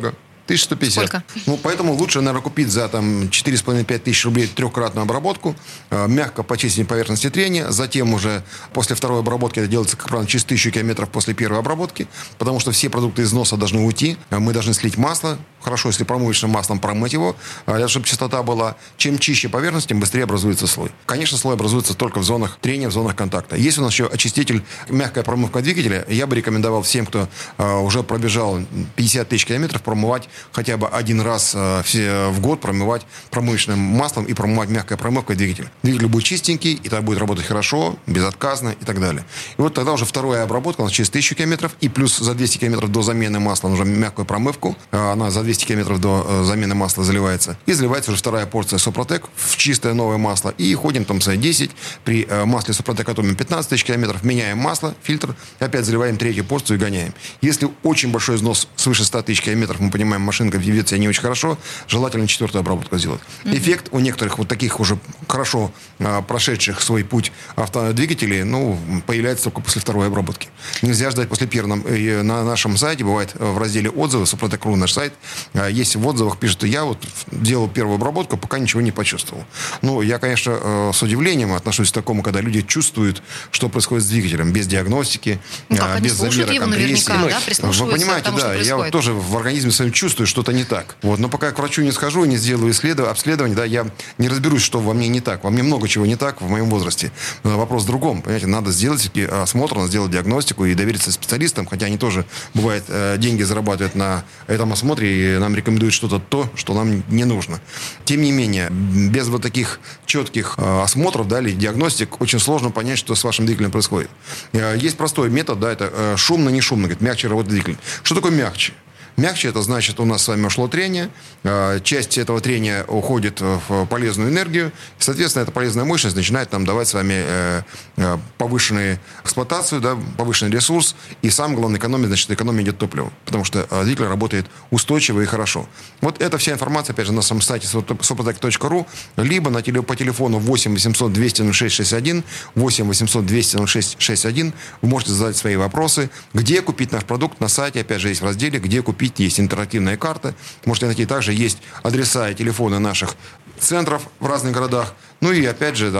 тысяча сто пятьдесят. Сколько? Ну, поэтому лучше, наверное, купить за там четыре с половиной - пять тысяч рублей трехкратную обработку, э, мягко почистить поверхности трения, затем уже после второй обработки, это делается, как правило, через тысячу километров после первой обработки, потому что все продукты износа должны уйти, мы должны слить масло, хорошо, если промывочным маслом промыть его, э, чтобы чистота была. Чем чище поверхность, тем быстрее образуется слой. Конечно, слой образуется только в зонах трения, в зонах контакта. Есть у нас еще очиститель, мягкая промывка двигателя. Я бы рекомендовал всем, кто э, уже пробежал пятьдесят тысяч километров, промывать хотя бы один раз э, все, в год, промывать промывочным маслом и промывать мягкой промывкой двигатель. Двигатель будет чистенький, и тогда будет работать хорошо, безотказно и так далее. И вот тогда уже вторая обработка у нас через тысячу километров, и плюс за двести километров до замены масла нужно мягкую промывку. Э, она за двести километров до э, замены масла заливается. И заливается уже вторая порция Супротек в чистое новое масло. И ходим там с десять, при э, масле Супротек Атомиум пятнадцать тысяч километров, меняем масло, фильтр, опять заливаем третью порцию и гоняем. Если очень большой износ свыше ста тысяч километров, мы понимаем, машинка ведет себя не очень хорошо, желательно четвертую обработку сделать. Mm-hmm. Эффект у некоторых вот таких уже хорошо а, прошедших свой путь автодвигателей, ну, появляется только после второй обработки. Нельзя ждать после первой. И на нашем сайте бывает в разделе отзывы, Супротек.ру наш сайт, а, есть в отзывах, пишут, что я вот делал первую обработку, пока ничего не почувствовал. Ну, я, конечно, с удивлением отношусь к такому, когда люди чувствуют, что происходит с двигателем, без диагностики, ну, как без замера компрессии. Да, вы понимаете, тому, да, я вот тоже в организме своем чувствую, что-то не так. Вот, но пока я к врачу не схожу, не сделаю исследование, обследование, да, я не разберусь, что во мне не так. Во мне много чего не так в моем возрасте. Но вопрос в другом. Понимаете, надо сделать осмотр, надо сделать диагностику и довериться специалистам, хотя они тоже, бывает, деньги зарабатывают на этом осмотре и нам рекомендуют что-то то, что нам не нужно. Тем не менее, без вот таких четких осмотров, да, или диагностик, очень сложно понять, что с вашим двигателем происходит. Есть простой метод, да, это шумно-не шумно, говорит, мягче работает двигатель. Что такое мягче? Мягче, это значит, у нас с вами ушло трение, часть этого трения уходит в полезную энергию, и, соответственно, эта полезная мощность начинает нам давать с вами повышенную эксплуатацию, да, повышенный ресурс, и самое главное, экономия, значит, экономия идет топлива, потому что двигатель работает устойчиво и хорошо. Вот эта вся информация, опять же, на самом сайте супротек точка ру, либо на теле, по телефону восемь восемьсот двести ноль шесть шестьдесят один, восемь восемьсот двести ноль шесть шестьдесят один, вы можете задать свои вопросы, где купить наш продукт, на сайте, опять же, есть в разделе, где купить. Есть интерактивная карта. Можете найти также, есть адреса и телефоны наших центров в разных городах. Ну и опять же,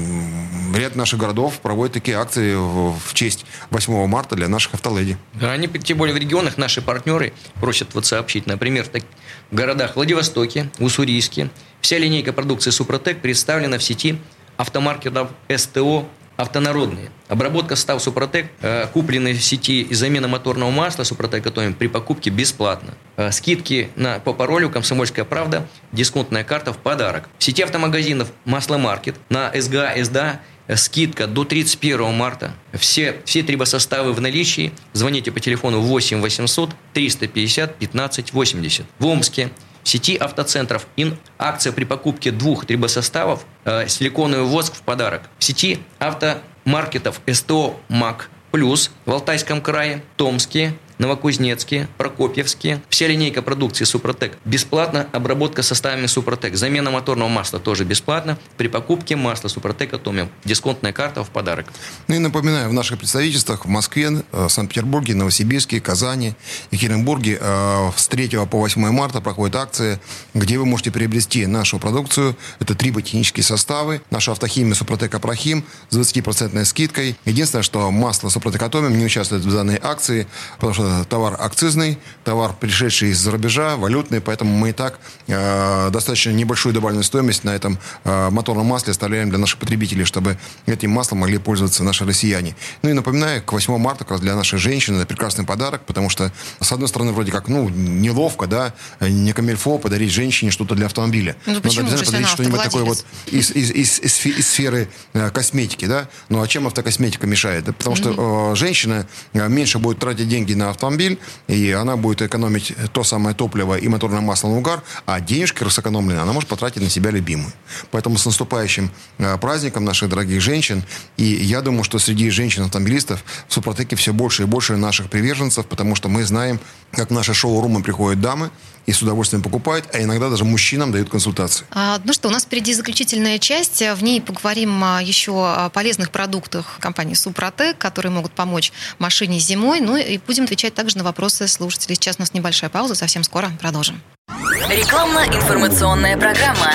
там ряд наших городов проводят такие акции в, в честь восьмого марта для наших автоледи. Да, они, тем более в регионах, наши партнеры просят вот сообщить, например, в, так, в городах Владивостоке, Уссурийске. Вся линейка продукции Супротек представлена в сети автомаркетов СТО «Автонародные». Обработка состава Супротек, э, купленной в сети и замена моторного масла Супротек Атомиум при покупке бесплатно. Э, скидки на, по паролю «Комсомольская правда», дисконтная карта в подарок. В сети автомагазинов «Масломаркет» на СГА, СДА скидка до тридцать первого марта. Все, все трибосоставы в наличии. Звоните по телефону восемь восемьсот триста пятьдесят пятнадцать восемьдесят. В Омске в сети автоцентров ин акция при покупке двух трибосоставов, э, силиконовый воск в подарок. В сети автомаркетов СТО МАК Плюс в Алтайском крае, Томске, Новокузнецке, Прокопьевске. Вся линейка продукции Супротек бесплатно. Обработка составами Супротек. Замена моторного масла тоже бесплатно. При покупке масла Супротек Атомиум. Дисконтная карта в подарок. Ну и напоминаю, в наших представительствах в Москве, Санкт-Петербурге, Новосибирске, Казани, Екатеринбурге с третьего по восьмое марта проходит акция, где вы можете приобрести нашу продукцию. Это триботехнические составы. Наша автохимия Супротек Апрахим с двадцатипроцентной скидкой. Единственное, что масло Супротек Атомиум не участвует в данной акции, потому что товар акцизный, товар, пришедший из-за рубежа, валютный, поэтому мы и так э, достаточно небольшую добавленную стоимость на этом э, моторном масле оставляем для наших потребителей, чтобы этим маслом могли пользоваться наши россияне. Ну и напоминаю, к восьмому марта как раз для наших женщин это прекрасный подарок, потому что, с одной стороны, вроде как, ну, неловко, да, не камильфо подарить женщине что-то для автомобиля. Ну, Надо обязательно подарить что-нибудь такое вот из, из, из, из, из сферы э, косметики, да. Ну, а чем автокосметика мешает? Да, потому mm-hmm. что э, женщина э, меньше будет тратить деньги на автомобиль, и она будет экономить то самое топливо и моторное масло на угар, а денежки сэкономленные она может потратить на себя любимую. Поэтому с наступающим э, праздником наших дорогих женщин, и я думаю, что среди женщин-автомобилистов в Супротеке все больше и больше наших приверженцев, потому что мы знаем, как в наши шоу-румы приходят дамы, и с удовольствием покупают, а иногда даже мужчинам дают консультации. А, ну что, у нас впереди заключительная часть. В ней поговорим еще о полезных продуктах компании «Супротек», которые могут помочь машине зимой. Ну и будем отвечать также на вопросы слушателей. Сейчас у нас небольшая пауза, совсем скоро продолжим. Рекламно-информационная программа.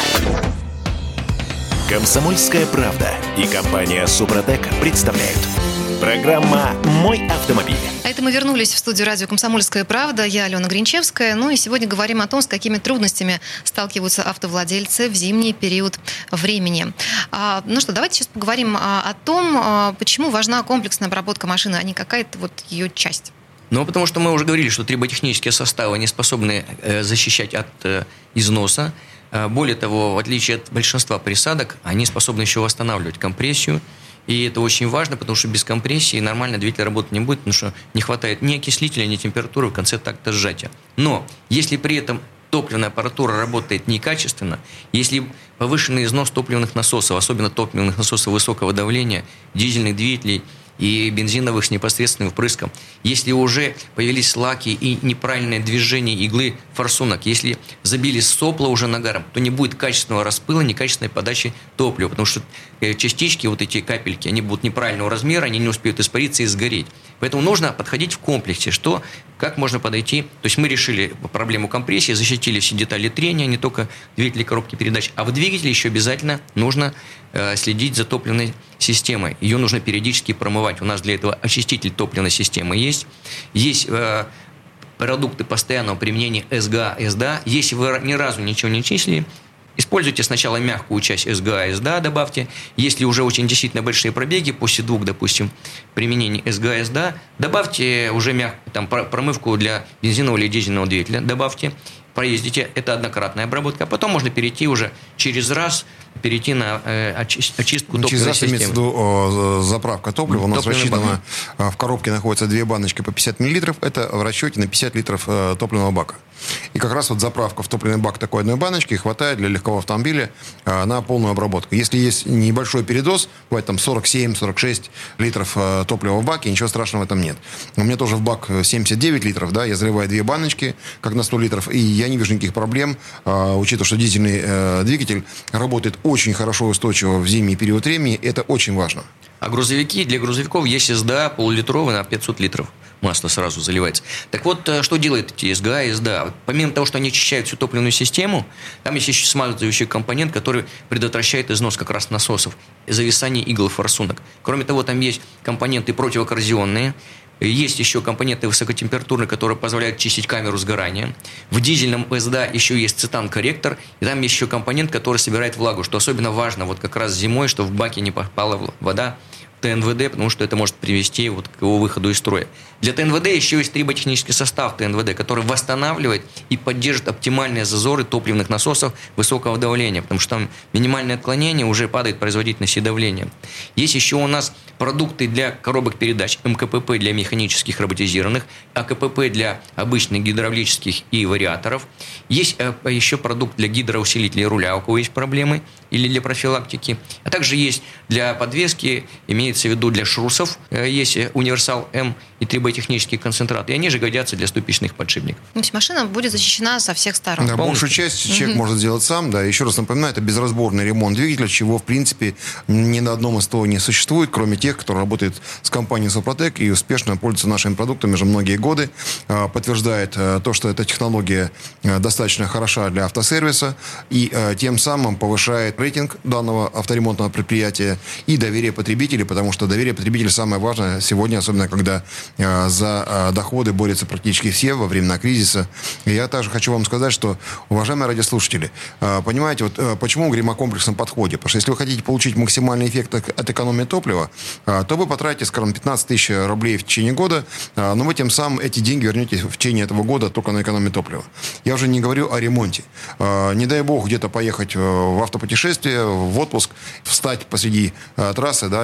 «Комсомольская правда» и компания «Супротек» представляют. Программа «Мой автомобиль». А это мы вернулись в студию радио «Комсомольская правда». Я Алена Гринчевская. Ну и сегодня говорим о том, с какими трудностями сталкиваются автовладельцы в зимний период времени. А, ну что, давайте сейчас поговорим о, о том, а, почему важна комплексная обработка машины, а не какая-то вот ее часть. Ну, потому что мы уже говорили, что триботехнические составы не способны э, защищать от э, износа. Э, более того, в отличие от большинства присадок, они способны еще восстанавливать компрессию. И это очень важно, потому что без компрессии нормально двигатель работать не будет, потому что не хватает ни окислителя, ни температуры в конце такта сжатия. Но если при этом топливная аппаратура работает некачественно, если повышенный износ топливных насосов, особенно топливных насосов высокого давления, дизельных двигателей и бензиновых с непосредственным впрыском, если уже появились лаки и неправильное движение иглы форсунок, если забили сопла уже нагаром, то не будет качественного распыла, некачественной подачи топлива, потому что частички, вот эти капельки, они будут неправильного размера, они не успеют испариться и сгореть. Поэтому нужно подходить в комплексе, что, как можно подойти. То есть мы решили проблему компрессии, защитили все детали трения, не только двигатели коробки передач, а в двигателе еще обязательно нужно э, следить за топливной системой. Ее нужно периодически промывать. У нас для этого очиститель топливной системы есть. Есть э, продукты постоянного применения эс гэ а, эс дэ а. Если вы ни разу ничего не числили, используйте сначала мягкую часть эс гэ а, эс дэ а, добавьте. Если уже очень действительно большие пробеги, после двух, допустим, применений эс гэ а, эс дэ а, добавьте уже мягкую там, промывку для бензинового или дизельного двигателя, добавьте, проездите, это однократная обработка. А потом можно перейти уже через раз, перейти на э, очистку топливной через раз системы. Имеется в виду о, заправка топлива. У нас Топливный рассчитано, бак. В коробке находятся две баночки по пятьдесят миллилитров. Это в расчете на пятьдесят литров э, топливного бака. И как раз вот заправка в топливный бак такой одной баночки хватает для легкового автомобиля э, на полную обработку. Если есть небольшой передоз, бывает там сорок семь - сорок шесть литров э, топлива в баке, ничего страшного в этом нет. У меня тоже в бак семьдесят девять литров, да, я заливаю две баночки, как на сто литров, и я не вижу никаких проблем, э, учитывая, что дизельный э, двигатель работает очень хорошо и устойчиво в зимний период времени, это очень важно. А грузовики, для грузовиков есть эс дэ а полулитровый на пятьсот литров. Масло сразу заливается. Так вот, что делают эти эс гэ а и эс дэ а? Помимо того, что они очищают всю топливную систему, там есть еще смазывающий компонент, который предотвращает износ как раз насосов, зависание игл форсунок. Кроме того, там есть компоненты противокоррозионные, есть еще компоненты высокотемпературные, которые позволяют чистить камеру сгорания. В дизельном эс дэ а еще есть цетан-корректор, и там есть еще компонент, который собирает влагу, что особенно важно вот как раз зимой, чтобы в баке не попала вода тэ эн вэ дэ, потому что это может привести вот к его выходу из строя. Для тэ эн вэ дэ еще есть триботехнический состав тэ эн вэ дэ, который восстанавливает и поддерживает оптимальные зазоры топливных насосов высокого давления, потому что там минимальное отклонение уже падает производительность и давление. Есть еще у нас продукты для коробок передач, эм ка пэ пэ для механических роботизированных, а ка пэ пэ для обычных гидравлических и вариаторов. Есть еще продукт для гидроусилителей руля, у кого есть проблемы, или для профилактики. А также есть для подвески, имеется в виду для шрусов, есть универсал М и триботехнический концентрат, и они же годятся для ступичных подшипников. То есть машина будет защищена со всех сторон. Да, большую часть человек угу. может сделать сам. Да. Еще раз напоминаю, это безразборный ремонт двигателя, чего, в принципе, ни на одном СТО не существует, кроме тех, кто работает с компанией «Супротек» и успешно пользуется нашими продуктами уже многие годы. Подтверждает то, что эта технология достаточно хороша для автосервиса и тем самым повышает рейтинг данного авторемонтного предприятия и доверие потребителей, потому что доверие потребителей самое важное сегодня, особенно когда за доходы борются практически все во времена кризиса. И я также хочу вам сказать, что, уважаемые радиослушатели, понимаете, вот почему мы говорим о комплексном подходе? Потому что если вы хотите получить максимальный эффект от экономии топлива, то вы потратите, скажем, пятнадцать тысяч рублей в течение года, но вы тем самым эти деньги вернете в течение этого года только на экономию топлива. Я уже не говорю о ремонте. Не дай бог где-то поехать в автопутешествие, в отпуск, встать посреди трассы, да, и заниматься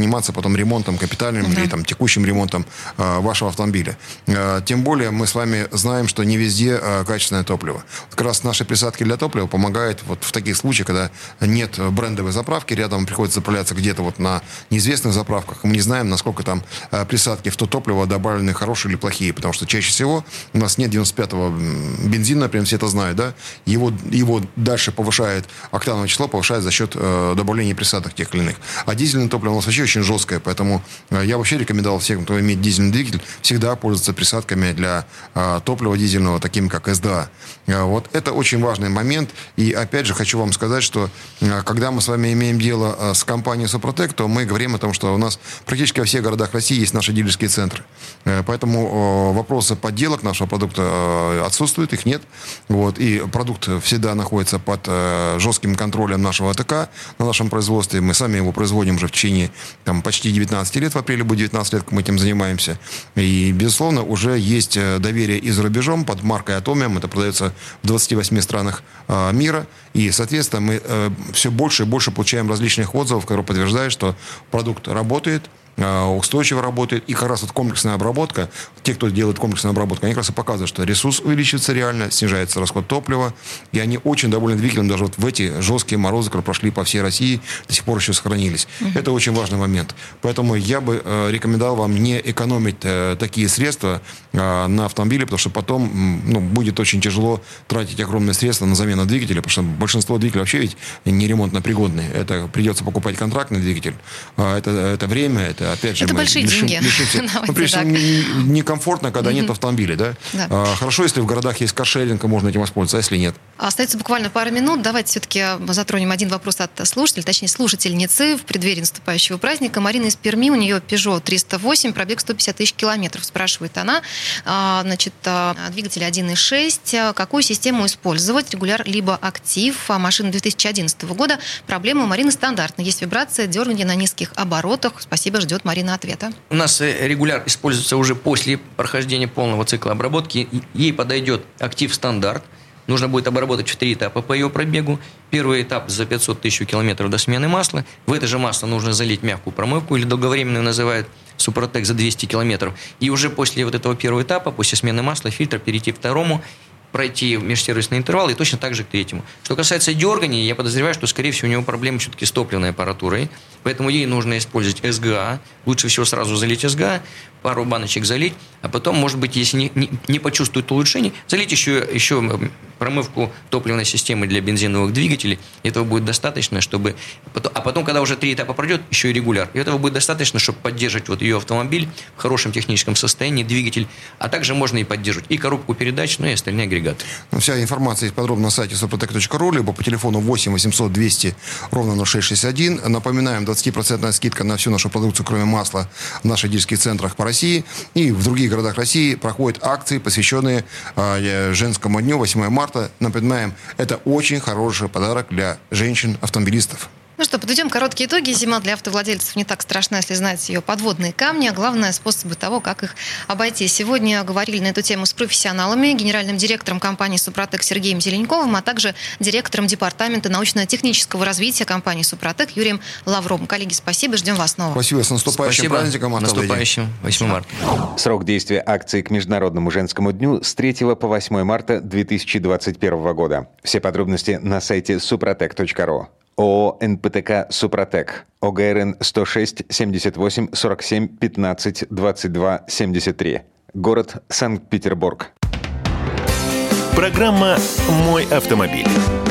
заниматься потом ремонтом капитальным uh-huh. или там, текущим ремонтом э, вашего автомобиля. Э, тем более мы с вами знаем, что не везде э, качественное топливо. Как раз наши присадки для топлива помогают вот в таких случаях, когда нет брендовой заправки, рядом приходится заправляться где-то вот на неизвестных заправках. Мы не знаем, насколько там э, присадки в то топливо добавлены хорошие или плохие, потому что чаще всего у нас нет девяносто пятого бензина, например, все это знают, да, его, его дальше повышает, октановое число повышает за счет э, добавления присадок тех или иных. А дизельное топливо у нас вообще очень жесткое, поэтому э, я вообще рекомендовал всем, кто имеет дизельный двигатель, всегда пользоваться присадками для э, топлива дизельного, такими как эс дэ а. Э, вот это очень важный момент, и опять же хочу вам сказать, что э, когда мы с вами имеем дело э, с компанией Супротек, то мы говорим о том, что у нас практически во всех городах России есть наши дилерские центры. Э, поэтому э, вопросы подделок нашего продукта э, отсутствуют, их нет. Вот, и продукт всегда находится под э, жестким контролем нашего АТК на нашем производстве. Мы сами его производим уже в течение там, почти девятнадцать лет. В апреле будет девятнадцать лет, как мы этим занимаемся. И, безусловно, уже есть доверие и за рубежом под маркой Atomium. Это продается в двадцати восьми странах э, мира. И, соответственно, мы э, все больше и больше получаем различных отзывов, которые подтверждают, что продукт работает, устойчиво работает. И как раз вот комплексная обработка, те, кто делает комплексную обработку, они как раз и показывают, что ресурс увеличивается реально, снижается расход топлива, и они очень довольны двигателем, даже вот в эти жесткие морозы, которые прошли по всей России, до сих пор еще сохранились. Uh-huh. Это очень важный момент. Поэтому я бы э, рекомендовал вам не экономить э, такие средства э, на автомобиле, потому что потом ну, будет очень тяжело тратить огромные средства на замену двигателя, потому что большинство двигателей вообще ведь не ремонтно пригодные. Это придется покупать контрактный двигатель. А это, это время, это опять же, это большие лишим, деньги. Лишимся. Ну, прежде всего, некомфортно, когда mm-hmm. нет автомобиля. Да? Да. А, хорошо, если в городах есть каршеринг, можно этим воспользоваться, а если нет? Остается буквально пару минут. Давайте все-таки затронем один вопрос от слушателя, точнее, слушательницы в преддверии наступающего праздника. Марина из Перми, у нее Peugeot триста восемь, пробег сто пятьдесят тысяч километров. Спрашивает она, а, значит, двигатель один и шесть, какую систему использовать, регуляр либо актив, а машина две тысячи одиннадцатого года. Проблема у Марины стандартная. Есть вибрация, дергание на низких оборотах. Спасибо, ждет Марина ответа. У нас регуляр используется уже после прохождения полного цикла обработки. Ей подойдет актив стандарт. Нужно будет обработать в три этапа по ее пробегу. Первый этап за пятьсот тысяч километров до смены масла. В это же масло нужно залить мягкую промывку, или долговременную называют Супротек за двести километров. И уже после вот этого первого этапа, после смены масла, фильтра перейти к второму, пройти межсервисный интервал и точно так же к третьему. Что касается дергания, я подозреваю, что, скорее всего, у него проблемы все-таки с топливной аппаратурой, поэтому ей нужно использовать эс гэ а. Лучше всего сразу залить эс гэ а, пару баночек залить, а потом, может быть, если не, не, не почувствует улучшений, залить еще, еще промывку топливной системы для бензиновых двигателей. Этого будет достаточно, чтобы... А потом, когда уже три этапа пройдет, еще и регуляр. И этого будет достаточно, чтобы поддерживать вот ее автомобиль в хорошем техническом состоянии, двигатель, а также можно и поддерживать и коробку передач, ну и остальные агрегаты. Ну, вся информация есть подробно на сайте супротек точка ру, либо по телефону восемь восемьсот двести ровно ноль шесть шестьдесят один. Напоминаем, двадцатипроцентная скидка на всю нашу продукцию, кроме масла, в наших дилерских центрах по России. И в других городах России проходят акции, посвященные э, женскому дню, восьмое марта. Напоминаем, это очень хороший подарок для женщин-автомобилистов. Ну что, подведем короткие итоги. Зима для автовладельцев не так страшна, если знать ее подводные камни, а главное, способы того, как их обойти. Сегодня говорили на эту тему с профессионалами, генеральным директором компании «Супротек» Сергеем Зеленковым, а также директором департамента научно-технического развития компании «Супротек» Юрием Лавровым. Коллеги, спасибо, ждем вас снова. Спасибо, с наступающим спасибо. праздником. Наступающим восьмое марта. Срок действия акции к Международному женскому дню с третьего по восьмое марта две тысячи двадцать первого года. Все подробности на сайте супротек точка ру. ООО эн пэ тэ ка «Супротек», о гэ эр эн сто шесть семьдесят восемь сорок семь пятнадцать двадцать два семьдесят три. Город Санкт-Петербург. Программа «Мой автомобиль».